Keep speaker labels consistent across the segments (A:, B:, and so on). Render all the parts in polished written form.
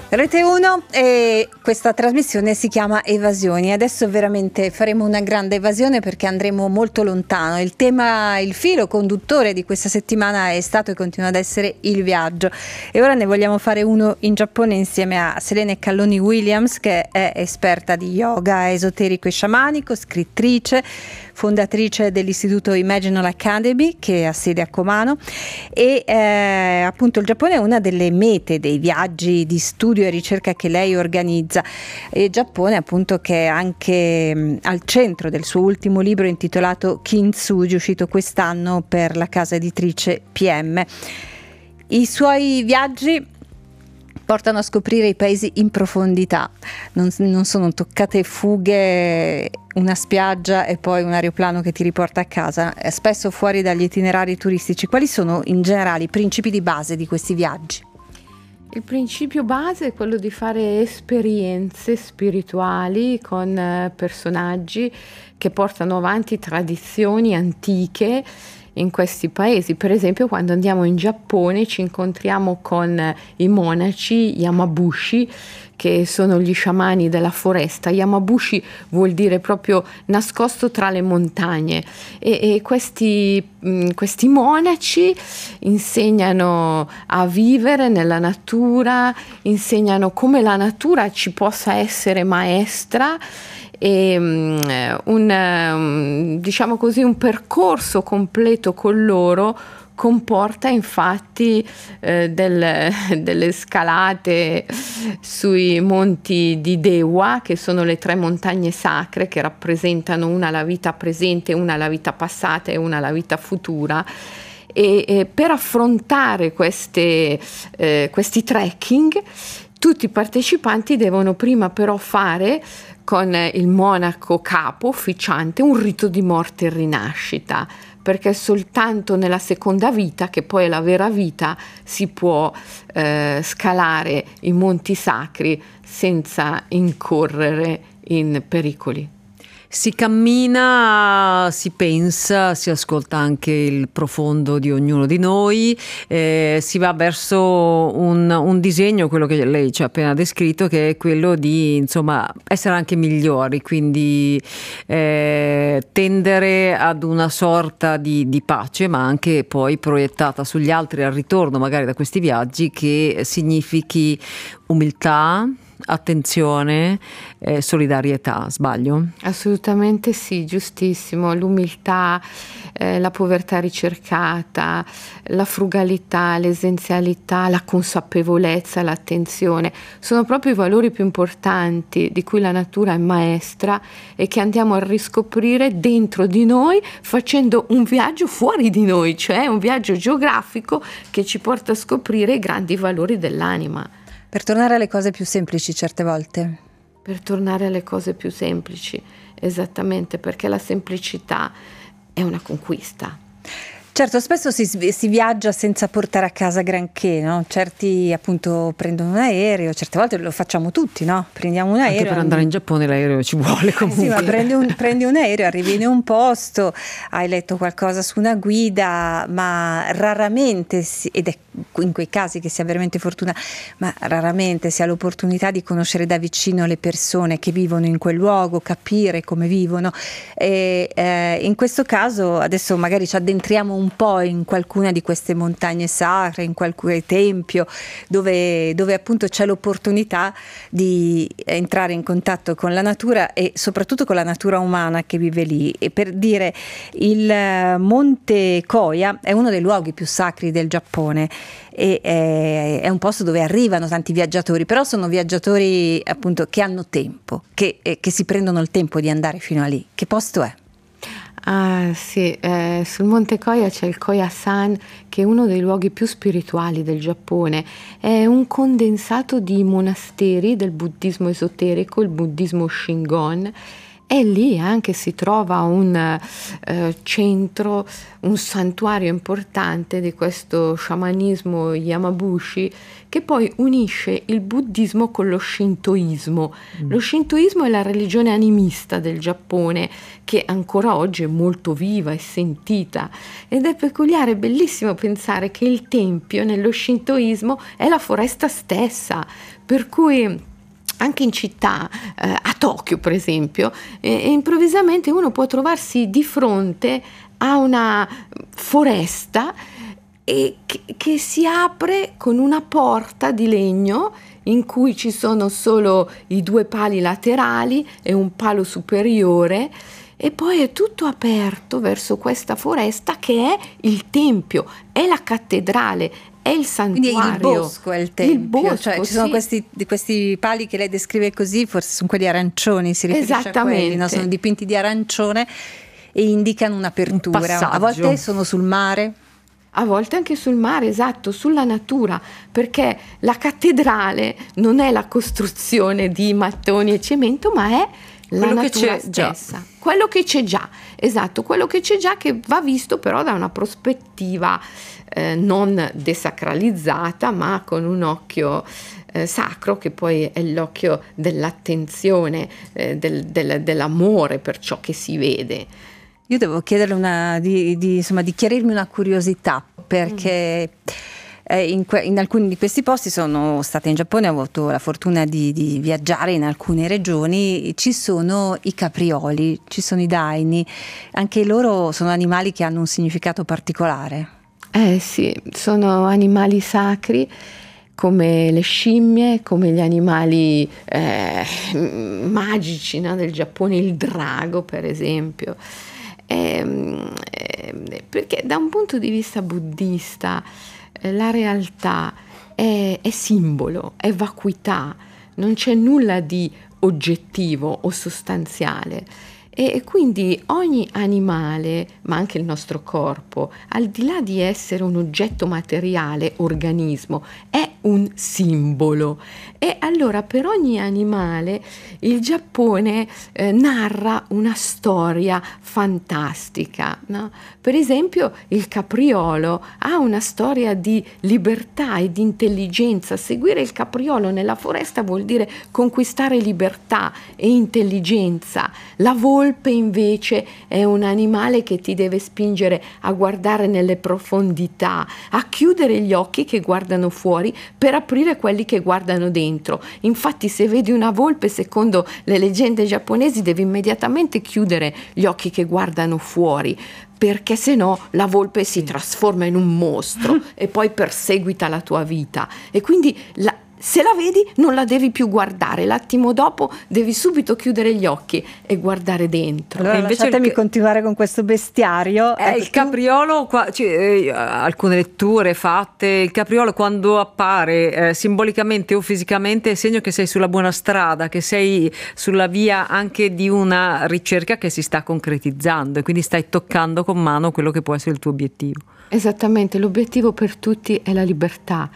A: Rete 1 e questa trasmissione si chiama Evasioni. Adesso veramente faremo una grande evasione perché andremo molto lontano. Il filo conduttore di questa settimana è stato e continua ad essere il viaggio. E ora ne vogliamo fare uno in Giappone insieme a Selene Calloni Williams, che è esperta di yoga esoterico e sciamanico, scrittrice, fondatrice dell'istituto Imaginal Academy che ha sede a Kumano, e appunto il Giappone è una delle mete dei viaggi di studio e ricerca che lei organizza, e Giappone appunto che è anche al centro del suo ultimo libro intitolato Kintsugi, uscito quest'anno per la casa editrice PM. I suoi viaggi portano a scoprire i paesi in profondità, non sono toccate fughe, una spiaggia e poi un aeroplano che ti riporta a casa, spesso fuori dagli itinerari turistici. Quali sono in generale i principi di base di questi viaggi?
B: Il principio base è quello di fare esperienze spirituali con personaggi che portano avanti tradizioni antiche in questi paesi. Per esempio, quando andiamo in Giappone ci incontriamo con i monaci Yamabushi, che sono gli sciamani della foresta. Yamabushi vuol dire proprio nascosto tra le montagne, e questi monaci insegnano a vivere nella natura, insegnano come la natura ci possa essere maestra, e diciamo così, un percorso completo con loro comporta infatti delle scalate sui monti di Dewa, che sono le 3 montagne sacre che rappresentano una la vita presente, una la vita passata e una la vita futura. E per affrontare questi trekking tutti i partecipanti devono prima però fare con il monaco capo officiante un rito di morte e rinascita, perché soltanto nella seconda vita, che poi è la vera vita, si può scalare i monti sacri senza incorrere in pericoli.
C: Si cammina, si pensa, si ascolta anche il profondo di ognuno di noi, si va verso un disegno, quello che lei ci ha appena descritto, che è quello di, insomma, essere anche migliori, quindi tendere ad una sorta di pace, ma anche poi proiettata sugli altri al ritorno magari da questi viaggi, che significhi umiltà, attenzione, solidarietà. Sbaglio?
B: Assolutamente sì, giustissimo. L'umiltà, la povertà ricercata, la frugalità, l'essenzialità, la consapevolezza, l'attenzione sono proprio i valori più importanti di cui la natura è maestra e che andiamo a riscoprire dentro di noi facendo un viaggio fuori di noi, cioè un viaggio geografico che ci porta a scoprire i grandi valori dell'anima.
A: Per tornare alle cose più semplici certe volte.
B: Per tornare alle cose più semplici, esattamente, perché la semplicità è una conquista.
A: Certo, spesso si viaggia senza portare a casa granché, no? Certi appunto prendono un aereo, certe volte lo facciamo tutti, no? Prendiamo un aereo.
C: Anche per andare in Giappone l'aereo ci vuole comunque.
A: Sì, ma prendi un aereo, arrivi in un posto, hai letto qualcosa su una guida, ma raramente, ed è in quei casi che si ha veramente fortuna, ma raramente si ha l'opportunità di conoscere da vicino le persone che vivono in quel luogo, capire come vivono. E in questo caso adesso magari ci addentriamo un po' in qualcuna di queste montagne sacre, in qualche tempio dove appunto c'è l'opportunità di entrare in contatto con la natura e soprattutto con la natura umana che vive lì. E per dire, il Monte Koya è uno dei luoghi più sacri del Giappone e è un posto dove arrivano tanti viaggiatori, però sono viaggiatori appunto che hanno tempo, che si prendono il tempo di andare fino a lì. Che posto è?
B: Ah sì, sul Monte Koya c'è il Koya-san, che è uno dei luoghi più spirituali del Giappone. È un condensato di monasteri del buddismo esoterico, il buddismo Shingon, e lì anche si trova un centro, un santuario importante di questo sciamanismo Yamabushi, che poi unisce il buddismo con lo shintoismo. Lo shintoismo è la religione animista del Giappone, che ancora oggi è molto viva e sentita, ed è peculiare, bellissimo pensare che il tempio nello shintoismo è la foresta stessa, per cui anche in città, a Tokyo per esempio, improvvisamente uno può trovarsi di fronte a una foresta che si apre con una porta di legno in cui ci sono solo i 2 pali laterali e un palo superiore, e poi è tutto aperto verso questa foresta che è il tempio, è la cattedrale, è il santuario.
A: Quindi il bosco è il tempio,
B: il bosco,
A: cioè ci sono questi pali che lei descrive così, forse sono quelli arancioni, si riferisce a quelli, no? Sono dipinti di arancione e indicano un'apertura. A volte sono sul mare.
B: A volte anche sul mare, esatto, sulla natura, perché la cattedrale non è la costruzione di mattoni e cemento, ma è la natura stessa. Quello che c'è già, esatto, quello che c'è già, che va visto però da una prospettiva non desacralizzata, ma con un occhio sacro, che poi è l'occhio dell'attenzione, dell'amore per ciò che si vede.
A: Io devo chiederle di chiarirmi una curiosità, perché in alcuni di questi posti sono stata in Giappone, ho avuto la fortuna di viaggiare in alcune regioni, ci sono i caprioli, ci sono i daini, anche loro sono animali che hanno un significato particolare.
B: Sì, sono animali sacri, come le scimmie, come gli animali magici, no, del Giappone, il drago per esempio. Perché da un punto di vista buddista la realtà è simbolo, è vacuità, non c'è nulla di oggettivo o sostanziale, e quindi ogni animale, ma anche il nostro corpo, al di là di essere un oggetto materiale, organismo, è un simbolo. E allora per ogni animale il Giappone narra una storia fantastica, no? Per esempio il capriolo ha una storia di libertà e di intelligenza. Seguire il capriolo nella foresta vuol dire conquistare libertà e intelligenza. La volpe invece è un animale che ti deve spingere a guardare nelle profondità, a chiudere gli occhi che guardano fuori per aprire quelli che guardano dentro. Infatti se vedi una volpe, secondo le leggende giapponesi, devi immediatamente chiudere gli occhi che guardano fuori, perché se no la volpe si trasforma in un mostro e poi perseguita la tua vita. E quindi se la vedi non la devi più guardare, l'attimo dopo devi subito chiudere gli occhi e guardare dentro.
A: Allora lasciatemi continuare con questo bestiario.
C: Il capriolo, alcune letture fatte, il capriolo quando appare simbolicamente o fisicamente è segno che sei sulla buona strada, che sei sulla via anche di una ricerca che si sta concretizzando, e quindi stai toccando con mano quello che può essere il tuo obiettivo.
B: Esattamente, l'obiettivo per tutti è la libertà.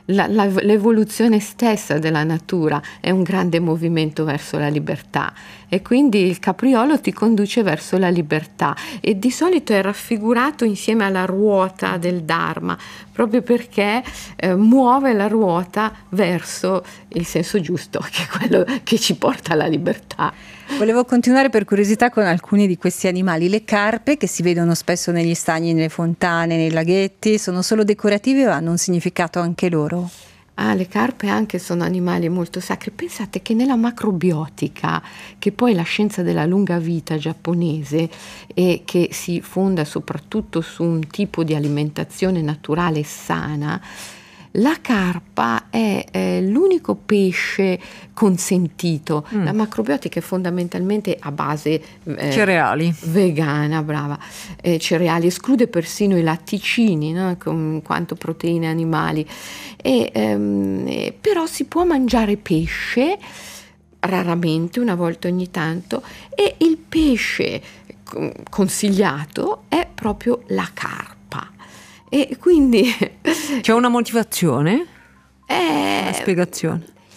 B: L'evoluzione stessa della natura è un grande movimento verso la libertà, e quindi il capriolo ti conduce verso la libertà, e di solito è raffigurato insieme alla ruota del Dharma, proprio perché muove la ruota verso il senso giusto, che è quello che ci porta alla libertà.
A: Volevo continuare per curiosità con alcuni di questi animali. Le carpe, che si vedono spesso negli stagni, nelle fontane, nei laghetti, sono solo decorative o hanno un significato anche loro?
B: Le carpe anche sono animali molto sacri. Pensate che nella macrobiotica, che poi è la scienza della lunga vita giapponese e che si fonda soprattutto su un tipo di alimentazione naturale e sana, la carpa è l'unico pesce consentito. La macrobiotica è fondamentalmente a base
C: cereali,
B: vegana, brava, cereali, esclude persino i latticini, no? In quanto proteine animali, però si può mangiare pesce raramente, una volta ogni tanto, e il pesce consigliato è proprio la carpa. E quindi
C: c'è una motivazione? Una spiegazione?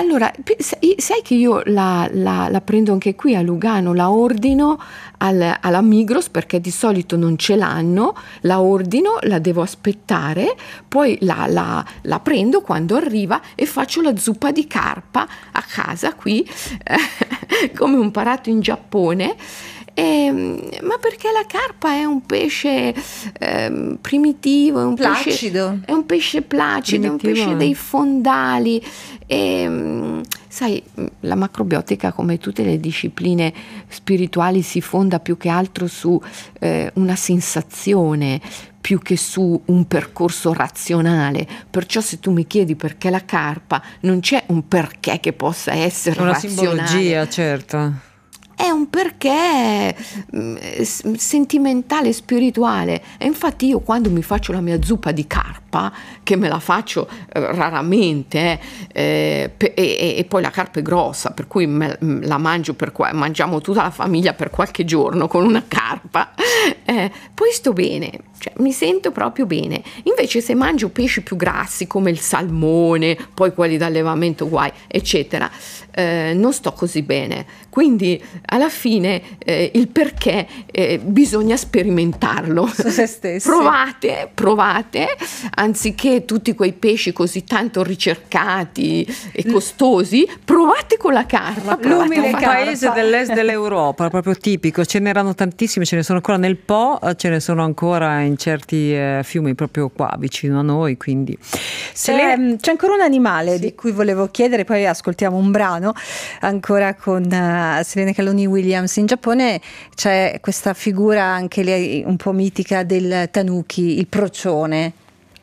B: Allora, sai che io la prendo anche qui a Lugano, la ordino alla Migros perché di solito non ce l'hanno, la ordino, la devo aspettare, poi la prendo quando arriva e faccio la zuppa di carpa a casa qui, come ho imparato in Giappone. Ma perché la carpa è un pesce primitivo, è un
A: placido,
B: è un pesce placido, è un pesce dei fondali. Sai, la macrobiotica, come tutte le discipline spirituali, si fonda più che altro su una sensazione più che su un percorso razionale. Perciò se tu mi chiedi perché la carpa, non c'è un perché che possa essere
C: una
B: razionale.
C: simbologia, certo.
B: È un perché sentimentale, spirituale. E infatti io quando mi faccio la mia zuppa di carpa, che me la faccio raramente, e poi la carpa è grossa, per cui la mangio mangiamo tutta la famiglia per qualche giorno con una carpa, poi sto bene, cioè mi sento proprio bene. Invece se mangio pesci più grassi come il salmone, poi quelli d'allevamento guai, eccetera, non sto così bene. Quindi alla fine il perché bisogna sperimentarlo
A: su se stessi.
B: Provate, anziché tutti quei pesci così tanto ricercati e costosi, provate con la carpa.
C: L'umile paese dell'est dell'Europa, proprio tipico, ce n'erano tantissimi, ce ne sono ancora nel Po, ce ne sono ancora in certi fiumi proprio qua vicino a noi, quindi
A: c'è ancora un animale di cui volevo chiedere, poi ascoltiamo un brano ancora con Selene Calloni Williams. In Giappone c'è questa figura anche lì un po' mitica del tanuki, il procione.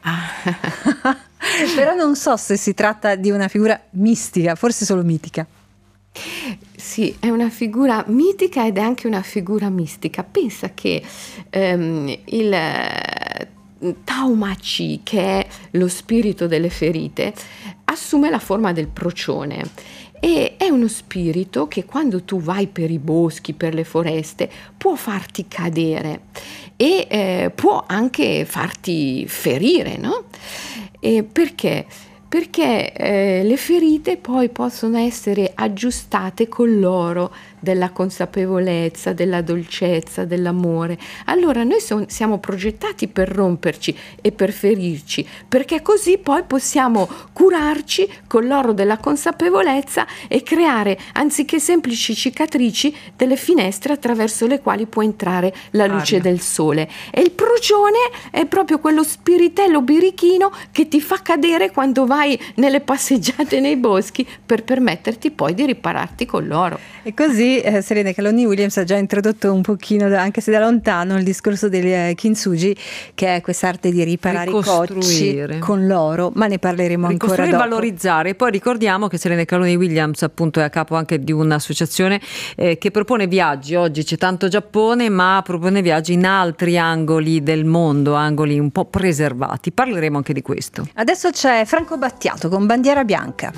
A: Però non so se si tratta di una figura mistica, forse solo mitica.
B: Sì, è una figura mitica ed è anche una figura mistica. Pensa che il Taumachi, che è lo spirito delle ferite, assume la forma del procione. E è uno spirito che quando tu vai per i boschi, per le foreste, può farti cadere e può anche farti ferire, no? Perché? Perché le ferite poi possono essere aggiustate con l'oro della consapevolezza, della dolcezza, dell'amore. Allora noi siamo progettati per romperci e per ferirci, perché così poi possiamo curarci con l'oro della consapevolezza e creare, anziché semplici cicatrici, delle finestre attraverso le quali può entrare la luce del sole. E il procione è proprio quello spiritello birichino che ti fa cadere quando vai nelle passeggiate nei boschi, per permetterti poi di ripararti con l'oro.
A: E così Selene Calloni Williams ha già introdotto un pochino, anche se da lontano, il discorso del kintsugi, che è quest'arte di riparare i cocci con l'oro, ma ne parleremo ancora dopo.
C: Valorizzare. E poi ricordiamo che Selene Calloni Williams appunto è a capo anche di un'associazione che propone viaggi. Oggi c'è tanto Giappone, ma propone viaggi in altri angoli del mondo, angoli un po' preservati. Parleremo anche di questo.
A: Adesso c'è Franco Battiato con Bandiera Bianca.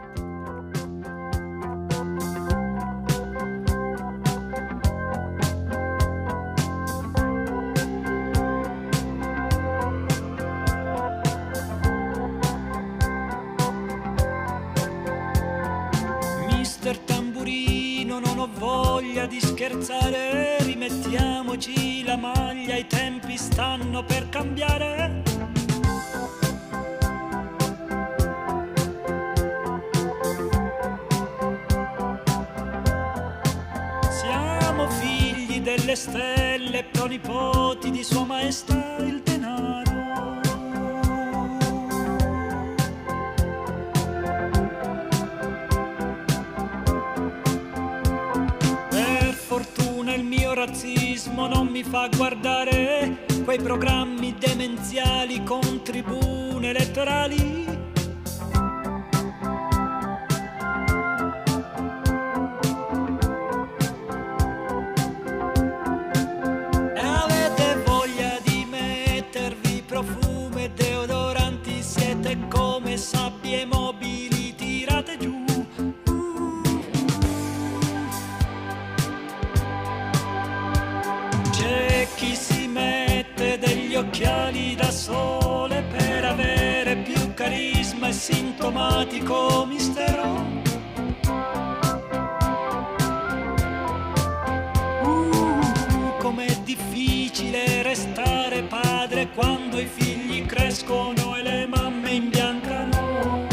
D: Mister Tamburino, non ho voglia di scherzare, rimettiamoci la maglia, i tempi stanno per cambiare. Siamo figli delle stelle, pronipoti di Sua Maestà il denaro. Per fortuna il mio razzismo non mi fa guardare quei programmi demenziali con tribune elettorali. Avete voglia di mettervi profumo e deodoranti, siete come sabbie mobili tirate giù. C'è chi si mette degli occhiali da sole per avere più carisma sintomatico mistero. Com'è difficile restare padre quando i figli crescono e le mamme imbiancano.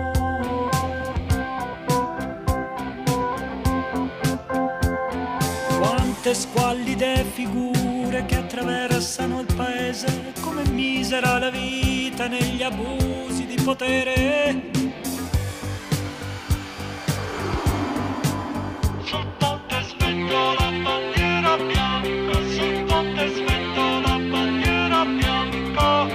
D: Quante squallide figure che attraversano il paese, come misera la vita negli abusi di potere. Sul ponte svento la bandiera bianca, sul ponte svento la bandiera bianca.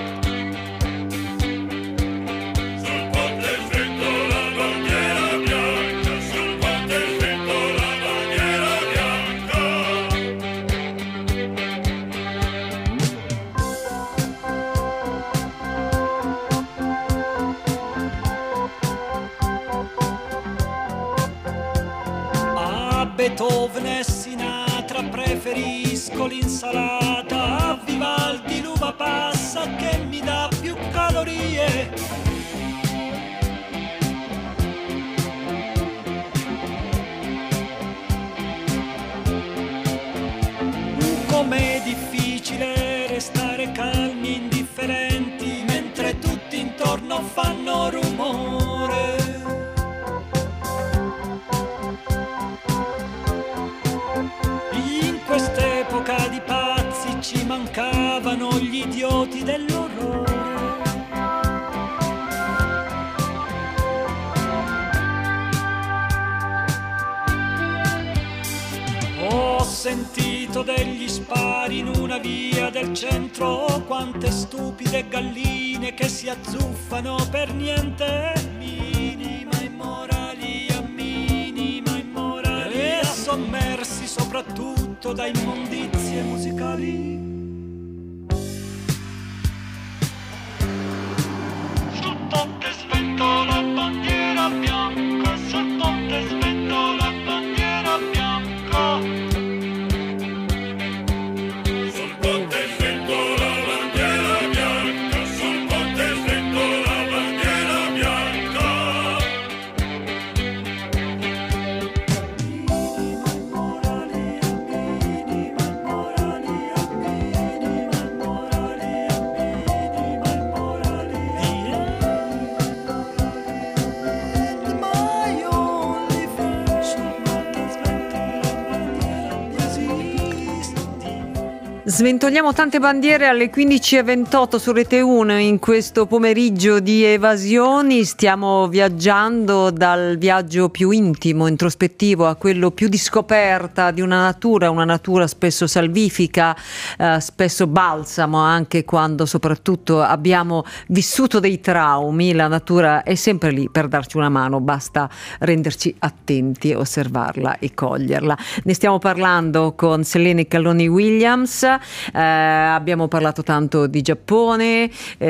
D: Sul ponte svento la bandiera bianca, sul ponte svento la bandiera bianca. A Beethoven e Sinatra preferisco l'insalata, a Vivaldi l'uva passa che mi dà più calorie. Com'è difficile restare calmi e indifferenti mentre tutti intorno fanno rumore. In quest'epoca di pazzi ci mancavano gli idioti dell'orrore. Ho sentito degli spari in una via del centro, quante stupide galline che si azzuffano per niente. Minima immoralità, minima immoralità, e sommersi soprattutto da immondizie musicali. Sul ponte svento la bandiera bianca, sul ponte svento la bandiera bianca. Sul ponte svento la bandiera bianca, sul ponte svento la bandiera bianca. Minima immoralità, minima immoralità, minima immoralità, minima immoralità. My only friend, sul ponte svento la bandiera bianca.
C: Sventoliamo tante bandiere alle 15:28 su Rete 1 in questo pomeriggio di evasioni. Stiamo viaggiando dal viaggio più intimo, introspettivo, a quello più di scoperta di una natura spesso salvifica, spesso balsamo anche quando soprattutto abbiamo vissuto dei traumi. La natura è sempre lì per darci una mano, basta renderci attenti, osservarla e coglierla. Ne stiamo parlando con Selene Calloni Williams. Abbiamo parlato tanto di Giappone,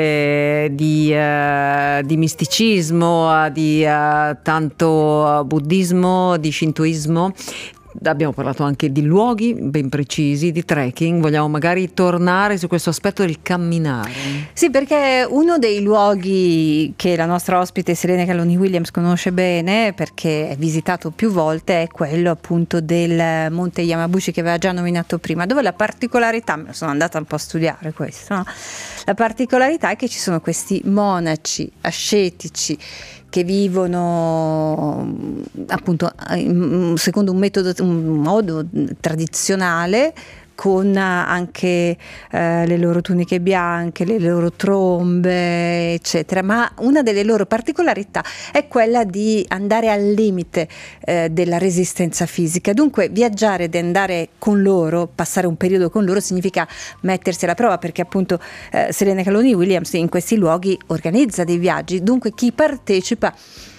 C: di misticismo, di tanto buddismo, di shintoismo. Abbiamo parlato anche di luoghi ben precisi, di trekking. Vogliamo magari tornare su questo aspetto del camminare?
A: Sì, perché uno dei luoghi che la nostra ospite Selene Calloni Williams conosce bene, perché è visitato più volte, è quello appunto del Monte Yamabushi che aveva già nominato prima, dove la particolarità, me lo sono andata un po' a studiare questo, no? La particolarità è che ci sono questi monaci ascetici che vivono appunto secondo un modo tradizionale, con anche le loro tuniche bianche, le loro trombe, eccetera. Ma una delle loro particolarità è quella di andare al limite della resistenza fisica. Dunque viaggiare ed andare con loro, passare un periodo con loro, significa mettersi alla prova, perché appunto Selene Calloni Williams in questi luoghi organizza dei viaggi. Dunque chi partecipa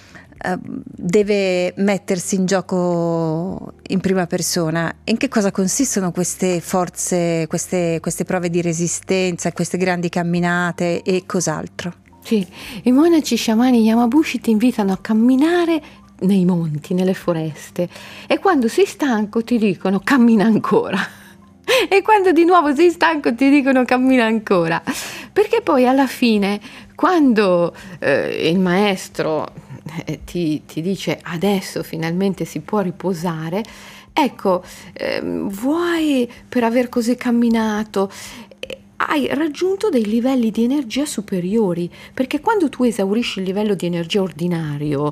A: deve mettersi in gioco in prima persona. In che cosa consistono queste forze, queste prove di resistenza, queste grandi camminate e cos'altro?
B: Sì, i monaci sciamani Yamabushi ti invitano a camminare nei monti, nelle foreste, e quando sei stanco ti dicono cammina ancora. E quando di nuovo sei stanco ti dicono cammina ancora, perché poi alla fine Quando il maestro ti dice adesso finalmente si può riposare, ecco, vuoi per aver così camminato, hai raggiunto dei livelli di energia superiori, perché quando tu esaurisci il livello di energia ordinario,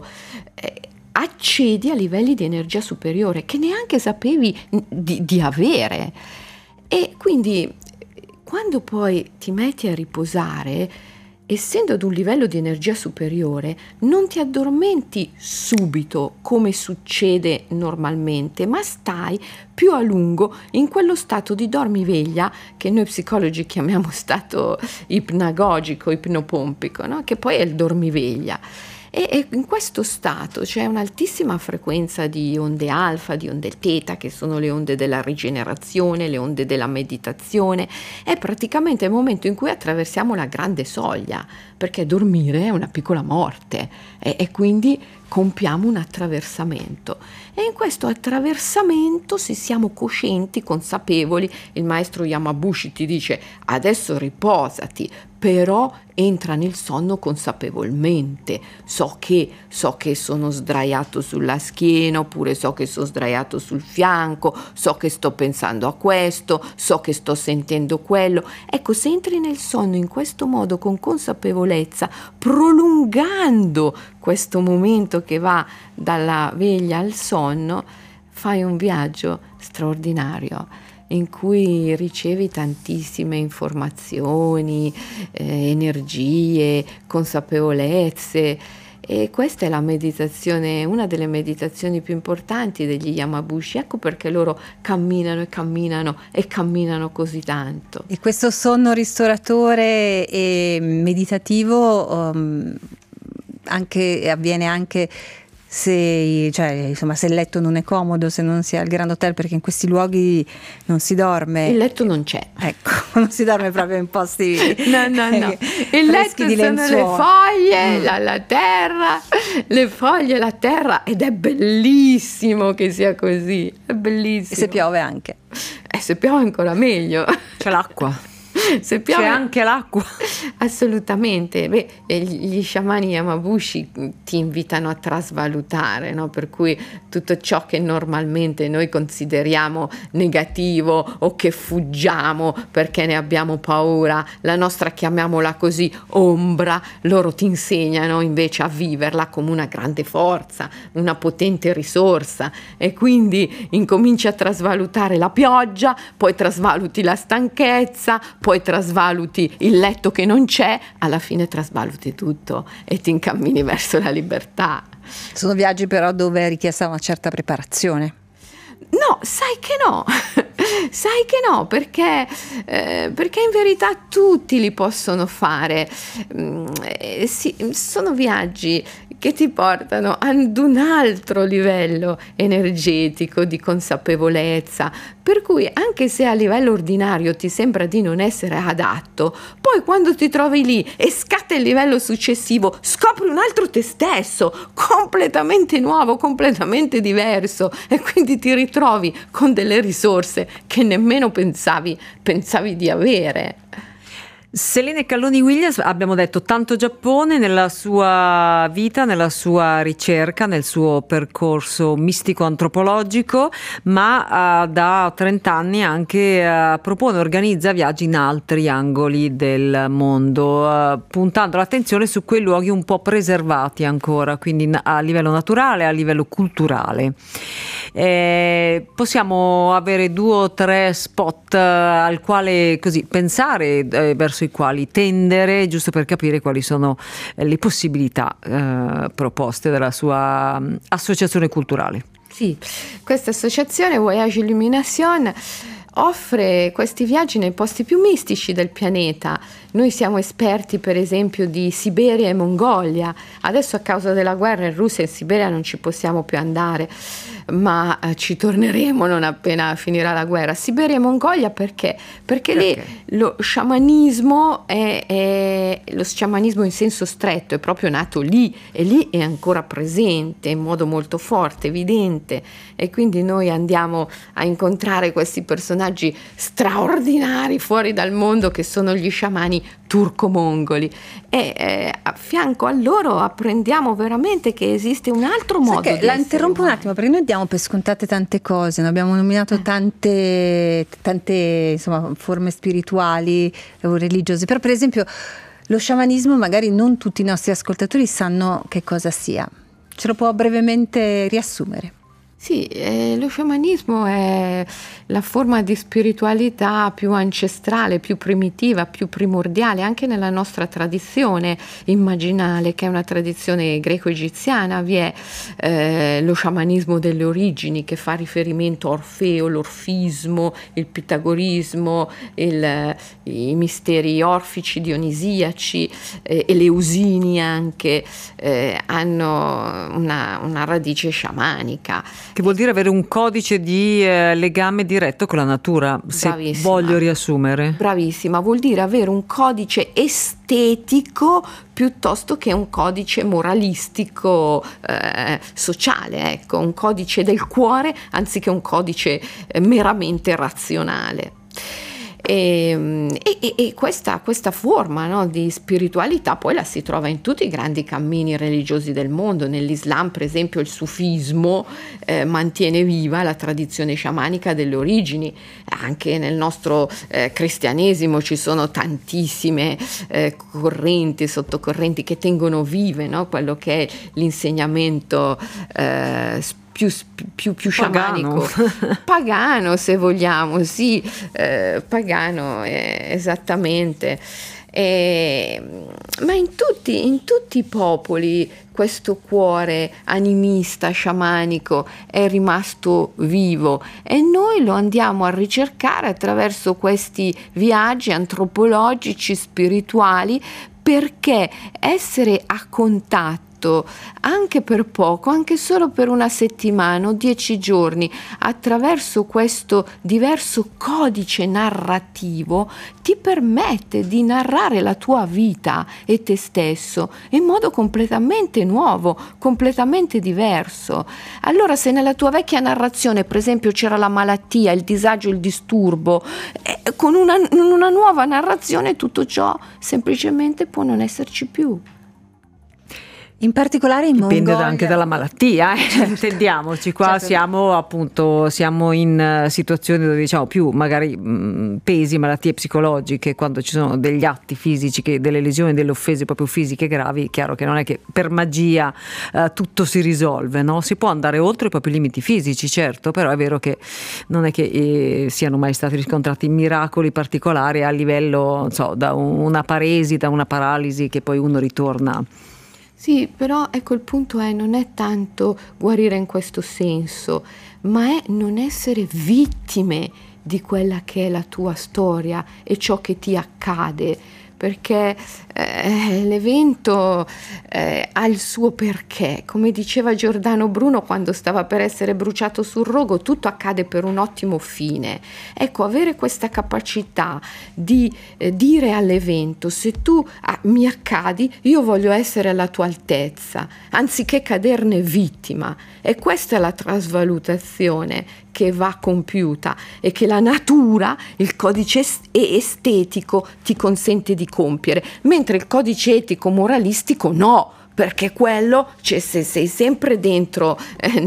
B: accedi a livelli di energia superiore che neanche sapevi di avere. E quindi quando poi ti metti a riposare, essendo ad un livello di energia superiore, non ti addormenti subito come succede normalmente, ma stai più a lungo in quello stato di dormiveglia che noi psicologi chiamiamo stato ipnagogico, ipnopompico, no? Che poi è il dormiveglia. E in questo stato c'è un'altissima frequenza di onde alfa, di onde teta, che sono le onde della rigenerazione, le onde della meditazione. È praticamente il momento in cui attraversiamo la grande soglia, perché dormire è una piccola morte e quindi compiamo un attraversamento. E in questo attraversamento, se siamo coscienti, consapevoli, il maestro Yamabushi ti dice adesso riposati, però entra nel sonno consapevolmente. So che sono sdraiato sulla schiena, oppure so che sono sdraiato sul fianco, so che sto pensando a questo, so che sto sentendo quello. Ecco, se entri nel sonno in questo modo con consapevolezza, prolungando questo momento che va dalla veglia al sonno, fai un viaggio straordinario in cui ricevi tantissime informazioni, energie, consapevolezze. E questa è la meditazione, una delle meditazioni più importanti degli Yamabushi. Ecco perché loro camminano e camminano e camminano così tanto.
A: E questo sonno ristoratore e meditativo avviene anche se il letto non è comodo, se non si è al Grand Hotel, perché in questi luoghi non si dorme.
B: Il letto non c'è.
A: Ecco, non si dorme proprio in posti
B: no. Il letto
A: di
B: sono le foglie, la terra, le foglie, la terra, ed è bellissimo che sia così, è bellissimo.
A: E se piove anche.
B: Se piove ancora meglio.
C: C'è l'acqua.
B: Se piove,
C: c'è anche l'acqua.
B: Assolutamente. Gli sciamani Yamabushi ti invitano a trasvalutare, no? Per cui tutto ciò che normalmente noi consideriamo negativo o che fuggiamo perché ne abbiamo paura, la nostra, chiamiamola così, ombra, loro ti insegnano invece a viverla come una grande forza, una potente risorsa, e quindi incominci a trasvalutare la pioggia, poi trasvaluti la stanchezza, poi trasvaluti il letto che non c'è, alla fine trasvaluti tutto e ti incammini verso la libertà.
A: Sono viaggi però dove è richiesta una certa preparazione.
B: No, sai che no, perché in verità tutti li possono fare. Sono viaggi che ti portano ad un altro livello energetico di consapevolezza, per cui anche se a livello ordinario ti sembra di non essere adatto, poi quando ti trovi lì e scatta il livello successivo, scopri un altro te stesso, completamente nuovo, completamente diverso, e quindi ti ritrovi con delle risorse che nemmeno pensavi di avere.
C: Selene Calloni Williams, abbiamo detto tanto Giappone nella sua vita, nella sua ricerca, nel suo percorso mistico-antropologico, ma da 30 anni anche propone, organizza viaggi in altri angoli del mondo, puntando l'attenzione su quei luoghi un po' preservati ancora, quindi a livello naturale, a livello culturale. Possiamo avere 2 o 3 spot al quale così pensare, verso i quali tendere, giusto per capire quali sono le possibilità proposte dalla sua associazione culturale.
B: Sì, questa associazione Voyage Illumination offre questi viaggi nei posti più mistici del pianeta. Noi siamo esperti per esempio di Siberia e Mongolia. Adesso a causa della guerra in Russia e in Siberia non ci possiamo più andare, ma ci torneremo non appena finirà la guerra. Siberia e Mongolia perché? Perché lì lo sciamanismo è lo sciamanismo in senso stretto, è proprio nato lì, e lì è ancora presente in modo molto forte, evidente, e quindi noi andiamo a incontrare questi personaggi straordinari fuori dal mondo che sono gli sciamani turco-mongoli, e a fianco a loro apprendiamo veramente che esiste un altro modo di
A: la interrompo un attimo, perché noi diamo per scontate tante cose, ne abbiamo nominato tante insomma, forme spirituali o religiose, però per esempio lo sciamanismo magari non tutti i nostri ascoltatori sanno che cosa sia. Ce lo può brevemente riassumere?
B: Sì, lo sciamanismo è la forma di spiritualità più ancestrale, più primitiva, più primordiale anche nella nostra tradizione immaginale, che è una tradizione greco-egiziana. Vi è lo sciamanismo delle origini, che fa riferimento a Orfeo, l'orfismo, il pitagorismo, i misteri orfici, dionisiaci, eleusini anche, hanno una radice sciamanica.
C: Che vuol dire avere un codice di legame diretto con la natura, se
B: Bravissima.
C: voglio riassumere.
B: Bravissima, vuol dire avere un codice estetico piuttosto che un codice moralistico, sociale, ecco, un codice del cuore anziché un codice meramente razionale. E questa forma, no, di spiritualità poi la si trova in tutti i grandi cammini religiosi del mondo. Nell'Islam, per esempio, il sufismo mantiene viva la tradizione sciamanica delle origini. Anche nel nostro cristianesimo ci sono tantissime correnti, sottocorrenti che tengono vive, no, quello che è l'insegnamento più sciamanico, pagano se vogliamo, sì, pagano, esattamente. Ma in tutti i popoli questo cuore animista, sciamanico è rimasto vivo, e noi lo andiamo a ricercare attraverso questi viaggi antropologici, spirituali, perché essere a contatto anche per poco, anche solo per una settimana o 10 giorni, attraverso questo diverso codice narrativo, ti permette di narrare la tua vita e te stesso in modo completamente nuovo, completamente diverso. Allora, se nella tua vecchia narrazione, per esempio, c'era la malattia, il disagio, il disturbo, con una nuova narrazione tutto ciò semplicemente può non esserci più.
A: In particolare in
C: Dipende
A: Mongolia.
C: anche dalla malattia, intendiamoci, qua
A: certo.
C: siamo in situazioni dove diciamo più magari pesi, malattie psicologiche, quando ci sono degli atti fisici, delle lesioni, delle offese proprio fisiche gravi. È chiaro che non è che per magia tutto si risolve, no? Si può andare oltre i propri limiti fisici, certo, però è vero che non è che siano mai stati riscontrati miracoli particolari a livello, non so, da una paresi, da una paralisi che poi uno ritorna.
B: Sì, però ecco, il punto non è tanto guarire in questo senso, ma è non essere vittime di quella che è la tua storia e ciò che ti accade, perché l'evento ha il suo perché. Come diceva Giordano Bruno quando stava per essere bruciato sul rogo, tutto accade per un ottimo fine. Ecco, avere questa capacità di dire all'evento: se tu mi accadi, io voglio essere alla tua altezza, anziché caderne vittima. E questa è la trasvalutazione che va compiuta e che la natura, il codice estetico, ti consente di compiere, mentre il codice etico moralistico no, perché quello, cioè, se sei sempre dentro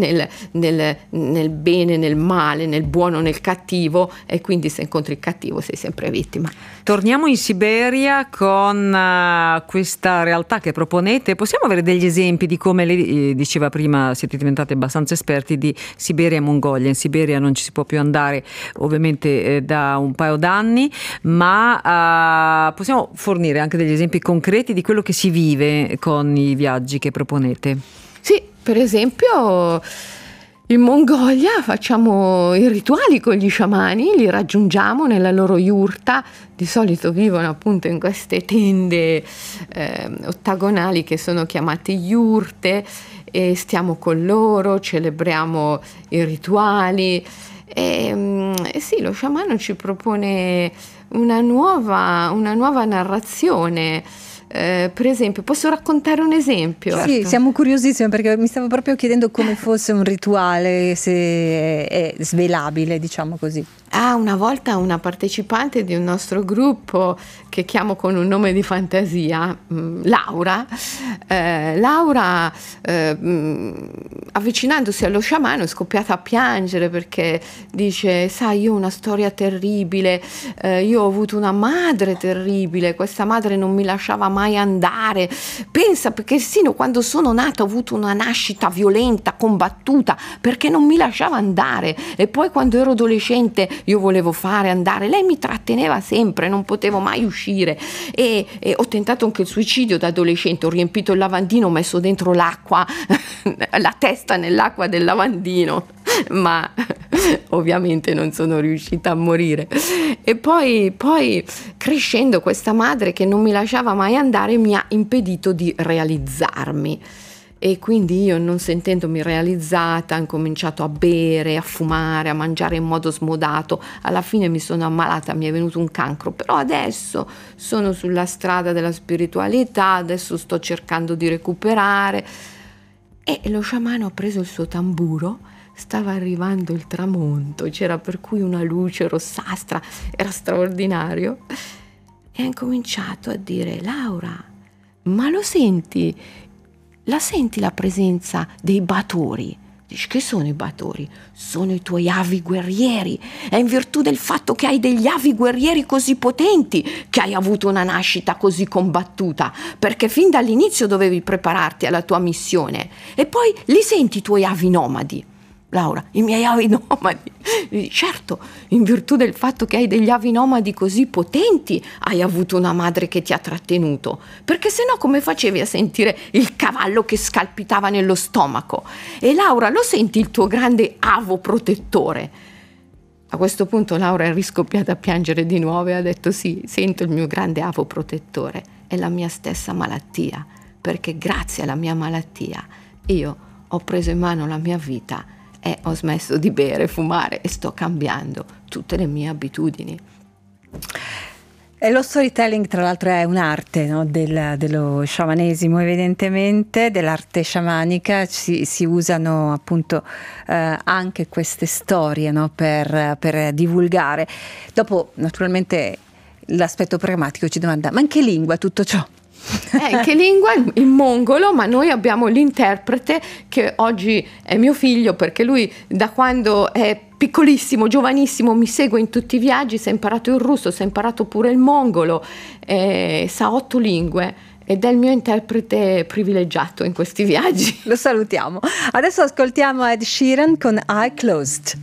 B: nel bene, nel male, nel buono, nel cattivo, e quindi se incontri il cattivo sei sempre vittima.
C: Torniamo in Siberia con questa realtà che proponete. Possiamo avere degli esempi di come lei diceva prima, siete diventati abbastanza esperti di Siberia e Mongolia. In Siberia non ci si può più andare ovviamente da un paio d'anni, ma possiamo fornire anche degli esempi concreti di quello che si vive con i viaggi che proponete?
B: Sì, per esempio in Mongolia facciamo i rituali con gli sciamani, li raggiungiamo nella loro yurta. Di solito vivono appunto in queste tende ottagonali che sono chiamate yurte, e stiamo con loro, celebriamo i rituali. E sì, lo sciamano ci propone una nuova narrazione Per esempio, posso raccontare un esempio?
A: Certo. Sì, siamo curiosissimi, perché mi stavo proprio chiedendo come fosse un rituale, se è svelabile, diciamo così.
B: Una volta una partecipante di un nostro gruppo, che chiamo con un nome di fantasia, Laura, avvicinandosi allo sciamano è scoppiata a piangere, perché dice: sai, io ho una storia terribile, io ho avuto una madre terribile, questa madre non mi lasciava mai andare, pensa, perché sino quando sono nata ho avuto una nascita violenta, combattuta, perché non mi lasciava andare, e poi quando ero adolescente io volevo fare andare, lei mi tratteneva sempre, non potevo mai uscire, e ho tentato anche il suicidio da adolescente, ho riempito il lavandino, ho messo dentro l'acqua, la testa nell'acqua del lavandino, ma ovviamente non sono riuscita a morire. E poi crescendo, questa madre che non mi lasciava mai andare mi ha impedito di realizzarmi, e quindi io, non sentendomi realizzata, ho incominciato a bere, a fumare, a mangiare in modo smodato. Alla fine mi sono ammalata, mi è venuto un cancro, però adesso sono sulla strada della spiritualità, adesso sto cercando di recuperare. E lo sciamano ha preso il suo tamburo, stava arrivando il tramonto, c'era per cui una luce rossastra, era straordinario, e ha incominciato a dire: Laura, ma lo senti? La senti la presenza dei batori? Dici: che sono i batori? Sono i tuoi avi guerrieri. È in virtù del fatto che hai degli avi guerrieri così potenti che hai avuto una nascita così combattuta, perché fin dall'inizio dovevi prepararti alla tua missione. E poi li senti i tuoi avi nomadi? Laura, i miei avi nomadi. Certo, in virtù del fatto che hai degli avi nomadi così potenti hai avuto una madre che ti ha trattenuto, perché sennò come facevi a sentire il cavallo che scalpitava nello stomaco? E Laura, lo senti il tuo grande avo protettore? A questo punto Laura è riscoppiata a piangere di nuovo e ha detto: sì, sento il mio grande avo protettore, è la mia stessa malattia, perché grazie alla mia malattia io ho preso in mano la mia vita e ho smesso di bere, fumare, e sto cambiando tutte le mie abitudini.
A: E lo storytelling, tra l'altro, è un'arte, no? dello sciamanesimo, evidentemente, dell'arte sciamanica. Si usano appunto anche queste storie, no? per divulgare. Dopo, naturalmente, l'aspetto pragmatico ci domanda: ma in che lingua tutto ciò?
B: In che lingua? In mongolo, ma noi abbiamo l'interprete che oggi è mio figlio, perché lui da quando è piccolissimo, giovanissimo, mi segue in tutti i viaggi, si è imparato il russo, si è imparato pure il mongolo, sa 8 lingue ed è il mio interprete privilegiato in questi viaggi.
A: Lo salutiamo. Adesso ascoltiamo Ed Sheeran con Eye Closed.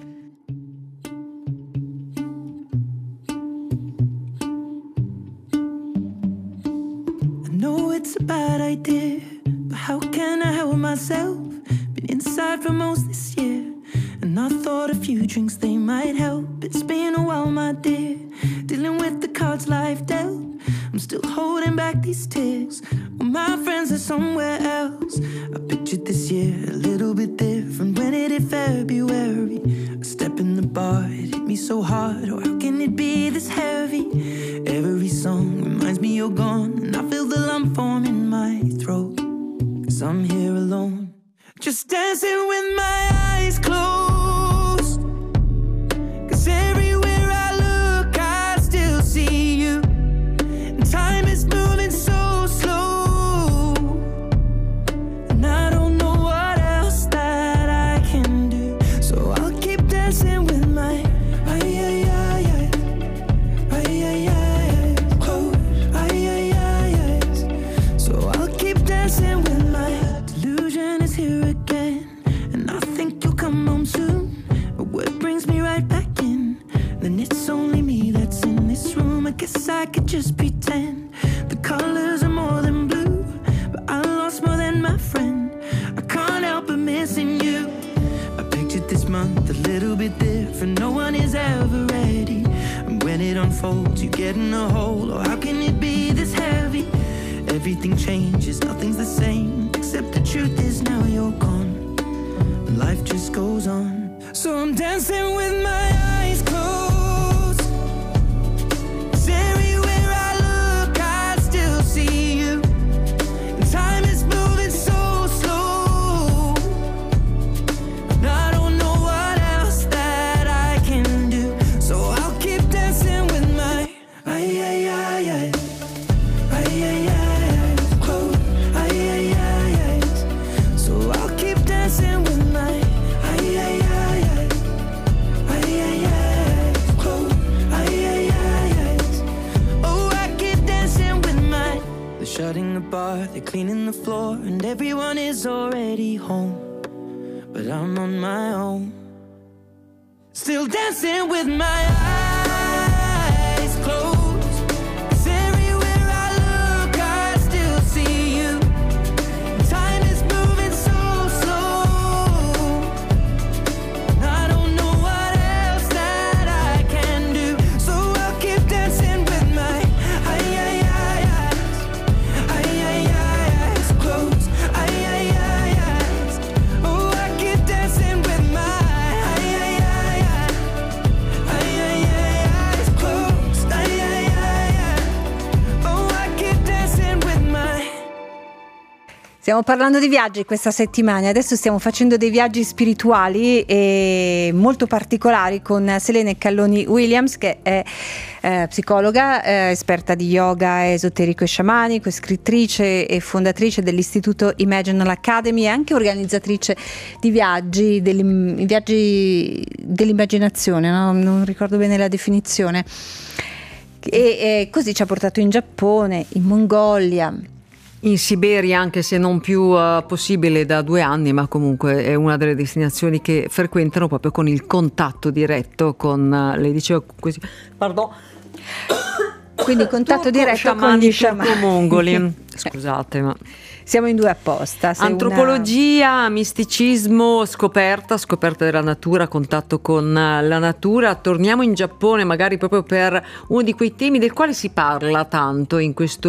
E: It's a bad idea, but how can I help myself? Been inside for most this year, and I thought a few drinks they might help. It's been a while, my dear, dealing with the cards life dealt. I'm still holding back these tears, well, my friends are somewhere else. I pictured this year a little bit different when it hit February. A step in the bar, it hit me so hard, oh how can it be this heavy? Every song reminds me you're gone, and I feel the lump form in my throat, 'cause I'm here alone, just dancing with my eyes closed. 'Cause everywhere I look I still see you, and time is moving so slow, and I don't know what else that I can do, so I'll keep dancing with my guess I could just pretend the colors are more than blue, but I lost more than my friend. I can't help but missing you. I pictured this month a little bit different. No one is ever ready, and when it unfolds you get in a hole. Oh, how can it be this heavy? Everything changes, nothing's the same, except the truth is now you're gone, and life just goes on. So I'm dancing with my eyes closed. See on the floor and everyone is already home, but I'm on my own, still dancing with my eyes closed, 'cause everywhere I look I still see you. Time is moving so slow, and I don't know what else that I can do, so I'll keep dancing with my eyes closed, eyes. Oh, I keep dancing with my eyes closed, oh, I keep dancing with my.
A: Stiamo parlando di viaggi questa settimana, adesso stiamo facendo dei viaggi spirituali e molto particolari con Selene Calloni Williams, che è psicologa, esperta di yoga esoterico e sciamanico, scrittrice e fondatrice dell'istituto Imaginal Academy e anche organizzatrice di viaggi dell'immaginazione, no? Non ricordo bene la definizione. E così ci ha portato in Giappone, in Mongolia,
C: in Siberia, anche se non più possibile da 2 anni, ma comunque è una delle destinazioni che frequentano proprio con il contatto diretto con, lei diceva così, pardon,
A: quindi contatto diretto con gli sciamani
C: mongoli. Scusate, ma
A: siamo in 2 apposta.
C: Antropologia, misticismo, scoperta della natura, contatto con la natura. Torniamo in Giappone, magari proprio per uno di quei temi del quale si parla tanto in questo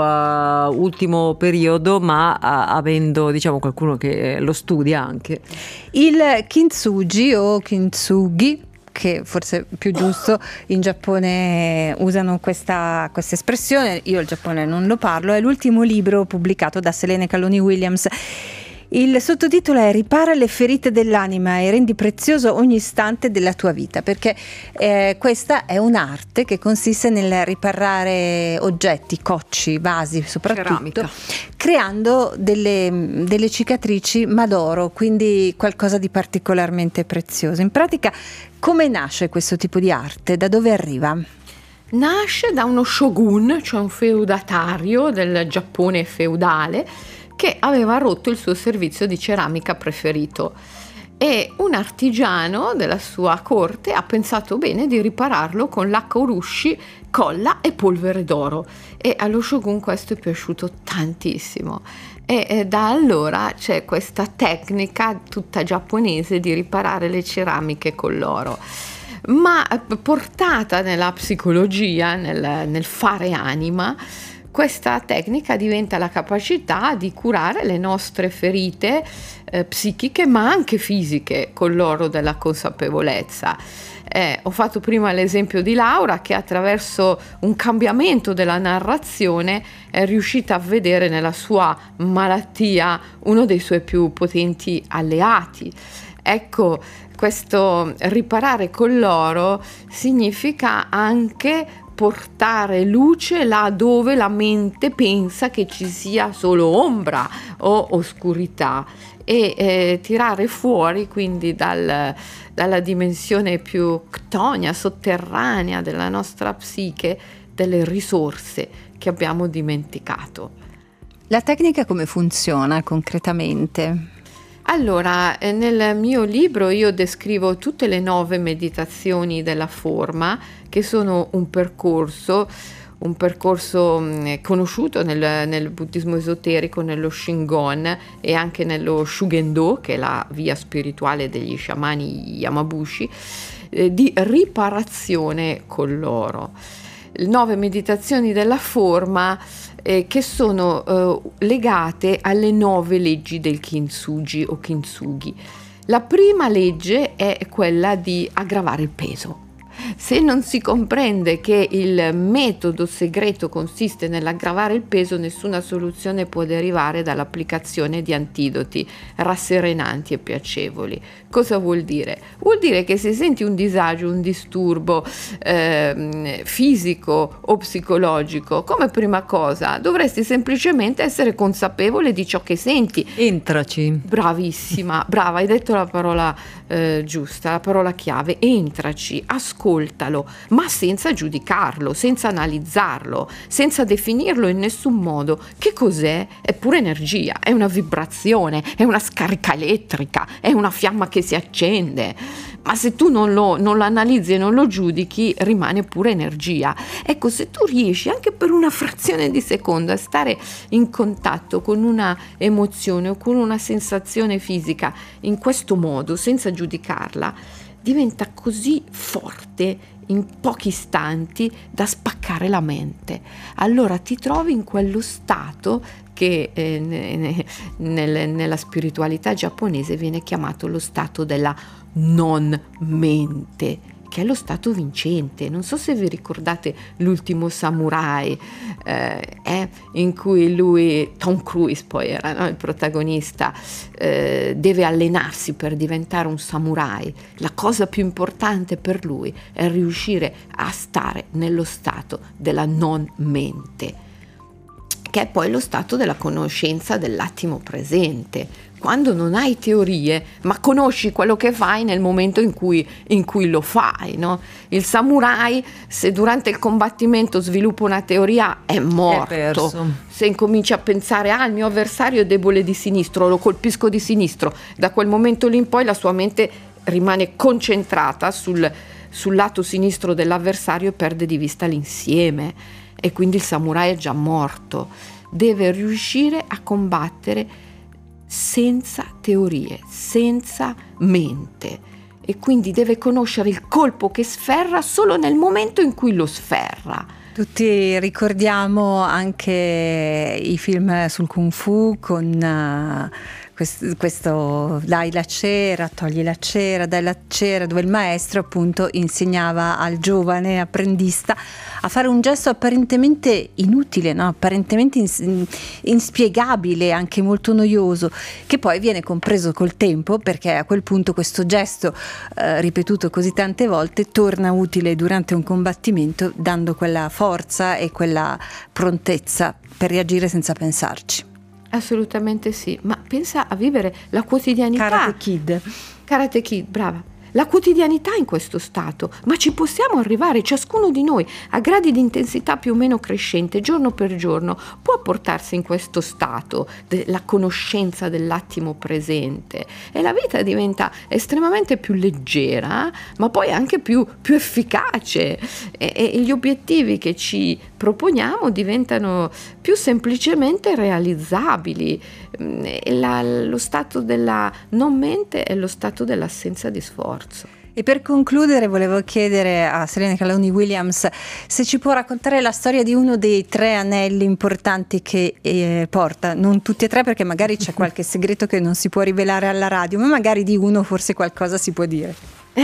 C: ultimo periodo, ma avendo, diciamo, qualcuno che lo studia anche.
A: Il kintsugi o kintsugi, che forse è più giusto, in Giappone usano questa espressione, io il Giappone non lo parlo, è l'ultimo libro pubblicato da Selene Calloni Williams. Il sottotitolo è Ripara le ferite dell'anima e rendi prezioso ogni istante della tua vita, perché questa è un'arte che consiste nel riparare oggetti, cocci, vasi soprattutto, ceramica, creando delle cicatrici ma d'oro, quindi qualcosa di particolarmente prezioso. In pratica, come nasce questo tipo di arte? Da dove arriva?
B: Nasce da uno shogun, cioè un feudatario del Giappone feudale, che aveva rotto il suo servizio di ceramica preferito, e un artigiano della sua corte ha pensato bene di ripararlo con lacca urushi, colla e polvere d'oro, e allo shogun questo è piaciuto tantissimo, e da allora c'è questa tecnica tutta giapponese di riparare le ceramiche con l'oro, ma portata nella psicologia, nel fare anima. Questa tecnica diventa la capacità di curare le nostre ferite psichiche ma anche fisiche con l'oro della consapevolezza. Ho fatto prima l'esempio di Laura, che attraverso un cambiamento della narrazione è riuscita a vedere nella sua malattia uno dei suoi più potenti alleati. Ecco, questo riparare con l'oro significa anche portare luce là dove la mente pensa che ci sia solo ombra o oscurità, e tirare fuori quindi dalla dimensione più ctonia, sotterranea della nostra psiche, delle risorse che abbiamo dimenticato.
A: La tecnica come funziona concretamente?
B: Allora, nel mio libro io descrivo tutte le 9 meditazioni della forma, che sono un percorso conosciuto nel buddismo esoterico, nello Shingon e anche nello Shugendo, che è la via spirituale degli sciamani Yamabushi, di riparazione con l'oro. 9 meditazioni della forma che sono legate alle 9 leggi del kintsugi o kintsugi. La prima legge è quella di aggravare il peso. Se non si comprende che il metodo segreto consiste nell'aggravare il peso, nessuna soluzione può derivare dall'applicazione di antidoti rasserenanti e piacevoli. Cosa vuol dire? Vuol dire che se senti un disagio, un disturbo fisico o psicologico, come prima cosa dovresti semplicemente essere consapevole di ciò che senti.
C: Entraci.
B: Bravissima, brava, hai detto la parola giusta, la parola chiave, entraci, ascolta ascoltalo, ma senza giudicarlo, senza analizzarlo, senza definirlo in nessun modo. Che cos'è? È pura energia, è una vibrazione, è una scarica elettrica, è una fiamma che si accende. Ma se tu non lo analizzi e non lo giudichi, rimane pura energia. Ecco, se tu riesci anche per una frazione di secondo a stare in contatto con una emozione o con una sensazione fisica in questo modo, senza giudicarla, diventa così forte in pochi istanti da spaccare la mente. Allora ti trovi in quello stato che nella spiritualità giapponese viene chiamato lo stato della non mente, che è lo stato vincente. Non so se vi ricordate l'ultimo samurai, in cui lui, Tom Cruise poi era, no, il protagonista, deve allenarsi per diventare un samurai. La cosa più importante per lui è riuscire a stare nello stato della non mente, che è poi lo stato della conoscenza dell'attimo presente, quando non hai teorie, ma conosci quello che fai nel momento in cui lo fai, no? Il samurai, se durante il combattimento sviluppa una teoria, è morto. Se incomincia a pensare, il mio avversario è debole di sinistro, lo colpisco di sinistro, da quel momento lì in poi la sua mente rimane concentrata sul lato sinistro dell'avversario e perde di vista l'insieme. E quindi il samurai è già morto. Deve riuscire a combattere senza teorie, senza mente, e quindi deve conoscere il colpo che sferra solo nel momento in cui lo sferra.
A: Tutti ricordiamo anche i film sul Kung Fu con questo dai la cera, togli la cera, dai la cera, dove il maestro appunto insegnava al giovane apprendista a fare un gesto apparentemente inutile, no? Apparentemente inspiegabile, anche molto noioso, che poi viene compreso col tempo, perché a quel punto questo gesto ripetuto così tante volte torna utile durante un combattimento, dando quella forza e quella prontezza per reagire senza pensarci.
B: Assolutamente sì, ma pensa a vivere la quotidianità. Karate Kid, brava. La quotidianità in questo stato, ma ci possiamo arrivare, ciascuno di noi, a gradi di intensità più o meno crescente, giorno per giorno, può portarsi in questo stato della conoscenza dell'attimo presente, e la vita diventa estremamente più leggera, ma poi anche più efficace, e gli obiettivi che ci proponiamo diventano più semplicemente realizzabili. Lo stato della non mente è lo stato dell'assenza di sforzo.
A: E per concludere volevo chiedere a Selene Caloni Williams se ci può raccontare la storia di uno dei 3 anelli importanti che porta, non tutti e 3 perché magari c'è qualche segreto che non si può rivelare alla radio, ma magari di uno forse qualcosa si può dire.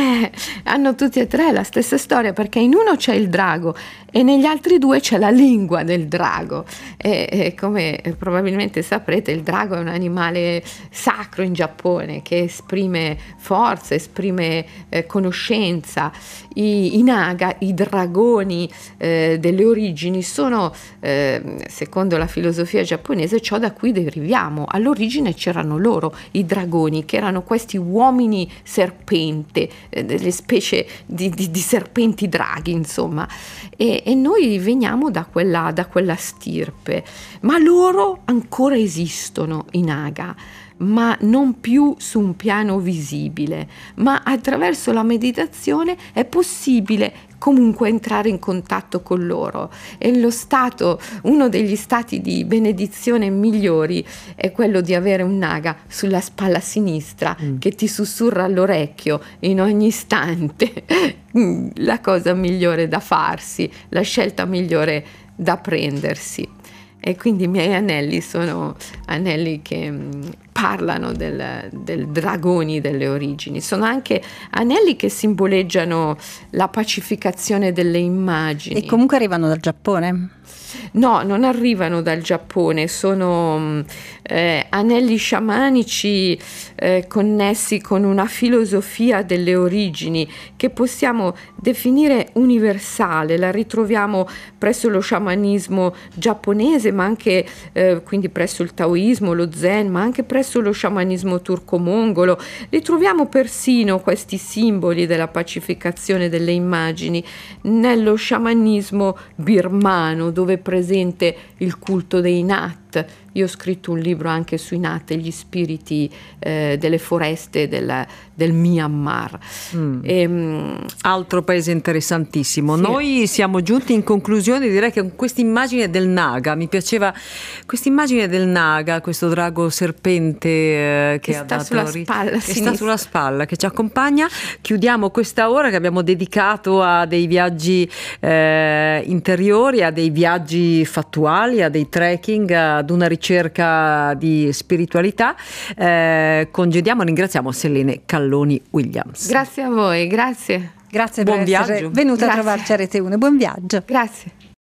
B: Hanno tutti e 3 la stessa storia, perché in uno c'è il drago e negli altri 2 c'è la lingua del drago, e come probabilmente saprete, il drago è un animale sacro in Giappone che esprime forza, esprime conoscenza. I naga, i dragoni delle origini sono, secondo la filosofia giapponese, ciò da cui deriviamo. All'origine c'erano loro, i dragoni, che erano questi uomini serpente, delle specie di serpenti draghi, insomma, e noi veniamo da quella stirpe, ma loro ancora esistono, i naga, ma non più su un piano visibile, ma attraverso la meditazione è possibile comunque entrare in contatto con loro. E uno degli stati di benedizione migliori è quello di avere un naga sulla spalla sinistra che ti sussurra all'orecchio in ogni istante la cosa migliore da farsi, la scelta migliore da prendersi. E quindi i miei anelli sono anelli che parlano del dragoni delle origini. Sono anche anelli che simboleggiano la pacificazione delle immagini.
A: E comunque arrivano dal Giappone?
B: No, non arrivano dal Giappone, sono anelli sciamanici connessi con una filosofia delle origini che possiamo definire universale. La ritroviamo presso lo sciamanismo giapponese, ma anche quindi presso il taoismo, lo zen, ma anche presso sullo sciamanismo turco-mongolo, ritroviamo persino questi simboli della pacificazione delle immagini nello sciamanismo birmano, dove è presente il culto dei Nat. Io ho scritto un libro anche sui Nat, gli spiriti delle foreste del Myanmar.
C: Altro paese interessantissimo.
B: Sì.
C: Noi siamo giunti in conclusione, direi che con questa immagine del Naga, mi piaceva questa immagine del Naga, questo drago serpente che ha
B: sta
C: dato
B: sulla spalla
C: che
B: sinistra.
C: sta sulla spalla, che ci accompagna. Chiudiamo questa ora che abbiamo dedicato a dei viaggi interiori, a dei viaggi fattuali, a dei trekking, ad una ricerca di spiritualità. Congediamo e ringraziamo Selene Calloni Williams.
B: Grazie a voi, grazie.
A: Grazie
C: Buon
A: per essere
C: viaggio.
A: venuta
B: Grazie.
A: a trovarci a Rete 1. Buon viaggio.
B: Grazie.